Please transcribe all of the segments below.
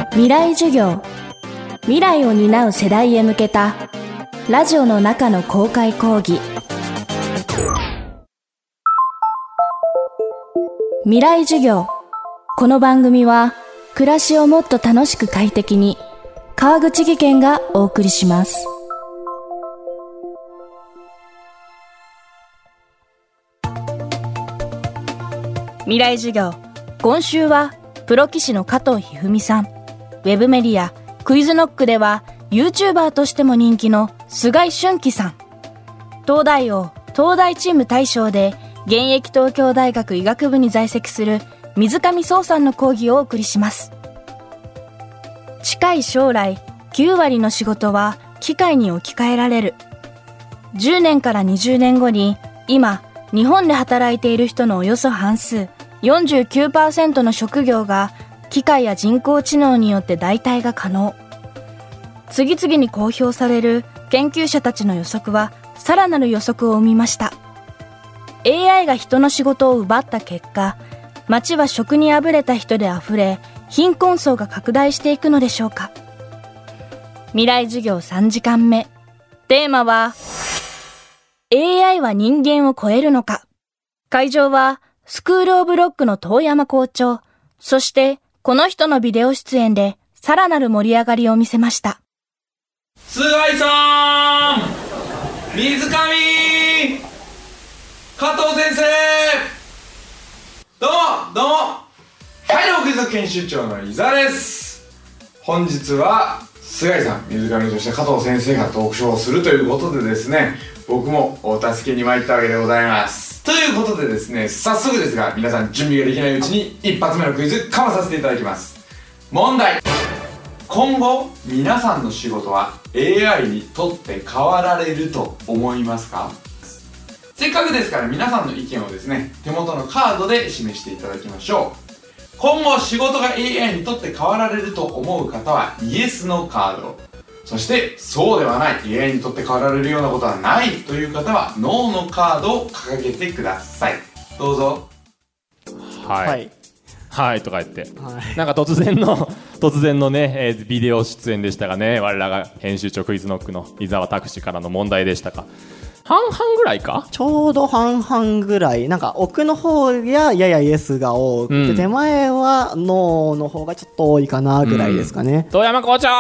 未来授業、未来を担う世代へ向けたラジオの中の公開講義。未来授業。この番組は暮らしをもっと楽しく快適に、川口義賢がお送りします。未来授業、今週はプロ棋士の加藤一二三さん、ウェブメディアクイズノックでは YouTuber としても人気の菅井俊樹さん、東大王東大チーム大賞で現役東京大学医学部に在籍する水上壮さんの講義をお送りします。近い将来、9割の仕事は機械に置き換えられる。10年から20年後に、今日本で働いている人のおよそ半数、49% の職業が機械や人工知能によって代替が可能。次々に公表される研究者たちの予測はさらなる予測を生みました。 AI が人の仕事を奪った結果、街は職にあぶれた人であふれ、貧困層が拡大していくのでしょうか。未来授業3時間目、テーマは AI は人間を超えるのか。会場はスクールオブロックの遠山校長、そしてこの人のビデオ出演でさらなる盛り上がりを見せました。 菅井さん、水上、加藤先生、どうもはい、国族研修長の伊沢です。本日は菅井さん、水上、そして加藤先生がトークショーをするということでですね、僕もお助けに参ったわけでございます。ということでですね、早速ですが、皆さん準備ができないうちに一発目のクイズかまさせていただきます。問題。今後皆さんの仕事は AI にとって変わられると思いますか？せっかくですから皆さんの意見をですね、手元のカードで示していただきましょう。今後仕事が AI にとって変わられると思う方はイエスのカードを、そしてそうではない、 AI にとって変わられるようなことはないという方はノーのカードを掲げてください。どうぞ。 はいとか言って、なんか突然のね、ビデオ出演でしたがね、我らが編集長クイズノックの伊沢拓司からの問題でしたか。半々ぐらいか、 ちょうど半々ぐらい、なんか奥の方ややイエスが多くて、手前はノーの方がちょっと多いかなぐらいですかね。 遠山校長。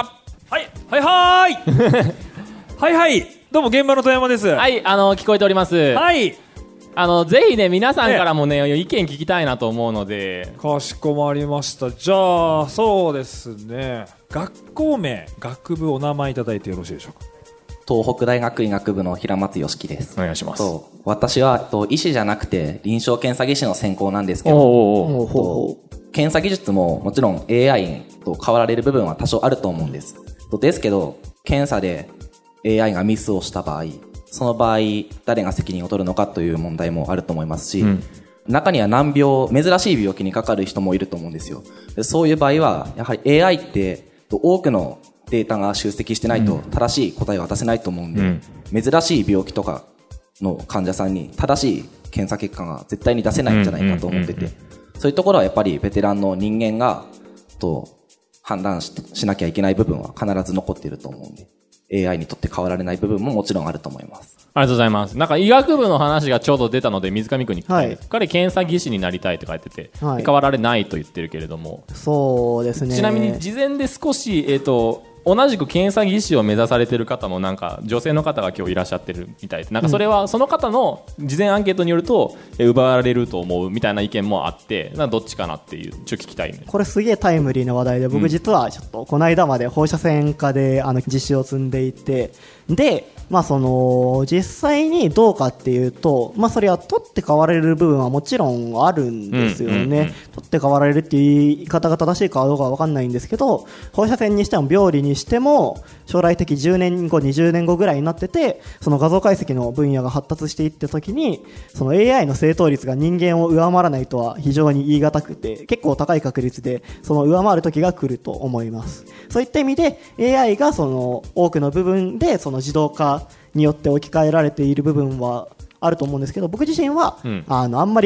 はいどうも現場の遠山です。 はい、聞こえております。 はい、 ぜひね、皆さんからもね、意見聞きたいなと思うので。 かしこまりました。じゃあそうですね、学校名、学部、お名前いただいてよろしいでしょうか。 東北大学医学部の平松義樹です。 お願いします。 私は医師じゃなくて臨床検査技師の専攻なんですけど、検査技術ももちろん AI と変わられる部分は多少あると思うんです。ですけど、検査で AI がミスをした場合、その場合誰が責任を取るのかという問題もあると思いますし、中には難病、珍しい病気にかかる人もいると思うんですよ。でそういう場合はやはり AI って多くのデータが集積してないと正しい答えは出せないと思うんで、珍しい病気とかの患者さんに正しい検査結果が絶対に出せないんじゃないかと思ってて、そういうところはやっぱりベテランの人間が判断 しなきゃいけない部分は必ず残っていると思うんで、 AI にとって変わられない部分ももちろんあると思います。 ありがとうございます。なんか医学部の話がちょうど出たので水上君に聞きたいです。彼検査技師になりたいとか言ってて、変わられないと言ってるけれども。 そうですね。 ちなみに事前で少し同じく検査技師を目指されている方もなんか女性の方が今日いらっしゃってるみたいで、なんかそれはその方の事前アンケートによると奪われると思うみたいな意見もあって、どっちかなっていうちょっと聞きたいね。 これすげえタイムリーな話題で、僕実はちょっとこの間まで放射線科で実習を積んでいて、で実際にどうかっていうと、それは取って代わられる部分はもちろんあるんですよね。取って代わられるっていう言い方が正しいかどうかは分かんないんですけど、放射線にしても病理にしても将来的10年後20年後ぐらいになってて、その画像解析の分野が発達していった時に、その AI の正答率が人間を上回らないとは非常に言い難くて、結構高い確率でその上回る時が来ると思います。そういった意味で AI がその多くの部分でその自動化によって置き換えられている部分はあると思うんですけど、僕自身は、あんまり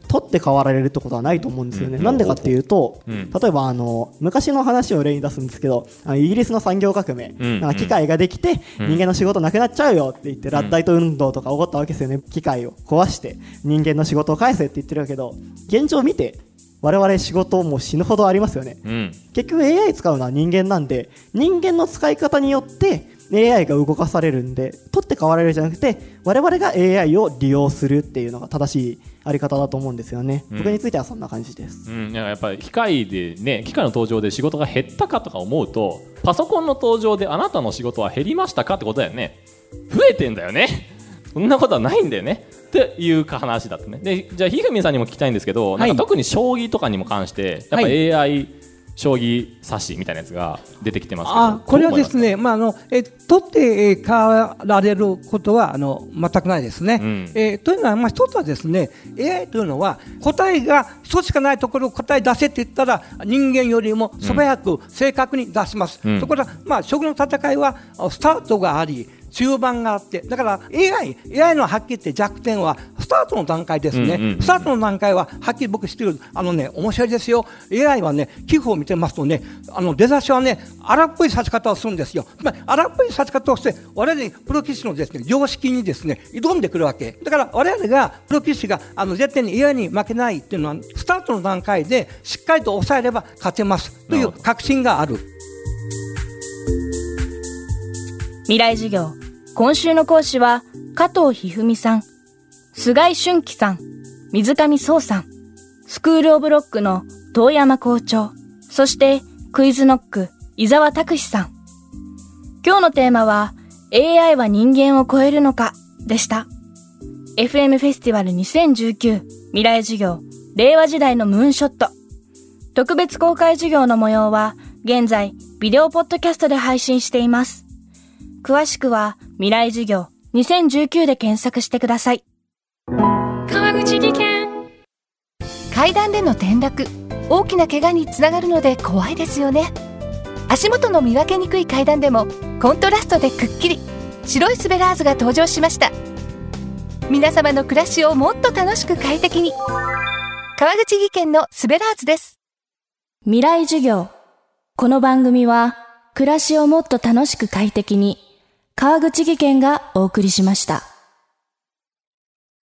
取って代わられるってことはないと思うんですよね。なんでかっていうと、例えば昔の話を例に出すんですけど、イギリスの産業革命、なんか機械ができて人間の仕事なくなっちゃうよって言って、ラッダイト運動とか起こったわけですよね。機械を壊して人間の仕事を返せって言ってるけど、現状見て我々仕事も死ぬほどありますよね。結局 AI 使うのは人間なんで、人間の使い方によって AI が動かされるんで、取って代わられるじゃなくて我々が AI を利用するっていうのが正しいあり方だと思うんですよね。僕についてはそんな感じです。 やっぱり機械の登場で仕事が減ったかとか思うと、パソコンの登場であなたの仕事は減りましたかってことだよね。増えてんだよね。そんなことはないんだよねっていう話だったね。で、じゃあひふみんさんにも聞きたいんですけど、なんか特に将棋とかにも関してやっぱ AI 将棋指しみたいなやつが出てきてますけど、 これはですね、取って代わられることは全くないですね。というのは、一つはですね、 AI というのは答えが一つしかないところを答え出せって言ったら人間よりも素早く正確に出します。ところが、将棋の戦いはスタートがあり中盤があって、だから AI のはっきり言って弱点はスタートの段階ですね。スタートの段階ははっきり僕知ってる。面白いですよ。 AI はね、棋譜を見てますとね、出だしはね、荒っぽい指し方をするんですよ。荒っぽい指し方をして我々プロ棋士のですね、常識にですね挑んでくるわけだから、我々がプロ棋士が絶対に AI に負けないっていうのは、スタートの段階でしっかりと抑えれば勝てますという確信がある。 未来授業、今週の講師は加藤一二三さん、菅井俊樹さん、水上壮さん、スクールオブロックの遠山校長、そしてクイズノック伊沢拓司さん。今日のテーマは AI は人間を超えるのかでした。 FM フェスティバル2019未来授業令和時代のムーンショット特別公開授業の模様は現在ビデオポッドキャストで配信しています。詳しくは未来授業2019で検索してください。 川口技研。階段での転落、大きな怪我につながるので怖いですよね。足元の見分けにくい階段でもコントラストでくっきり白いスベラーズが登場しました。皆様の暮らしをもっと楽しく快適に、川口技研のスベラーズです。 未来授業、この番組は暮らしをもっと楽しく快適に川口技研がお送りしました。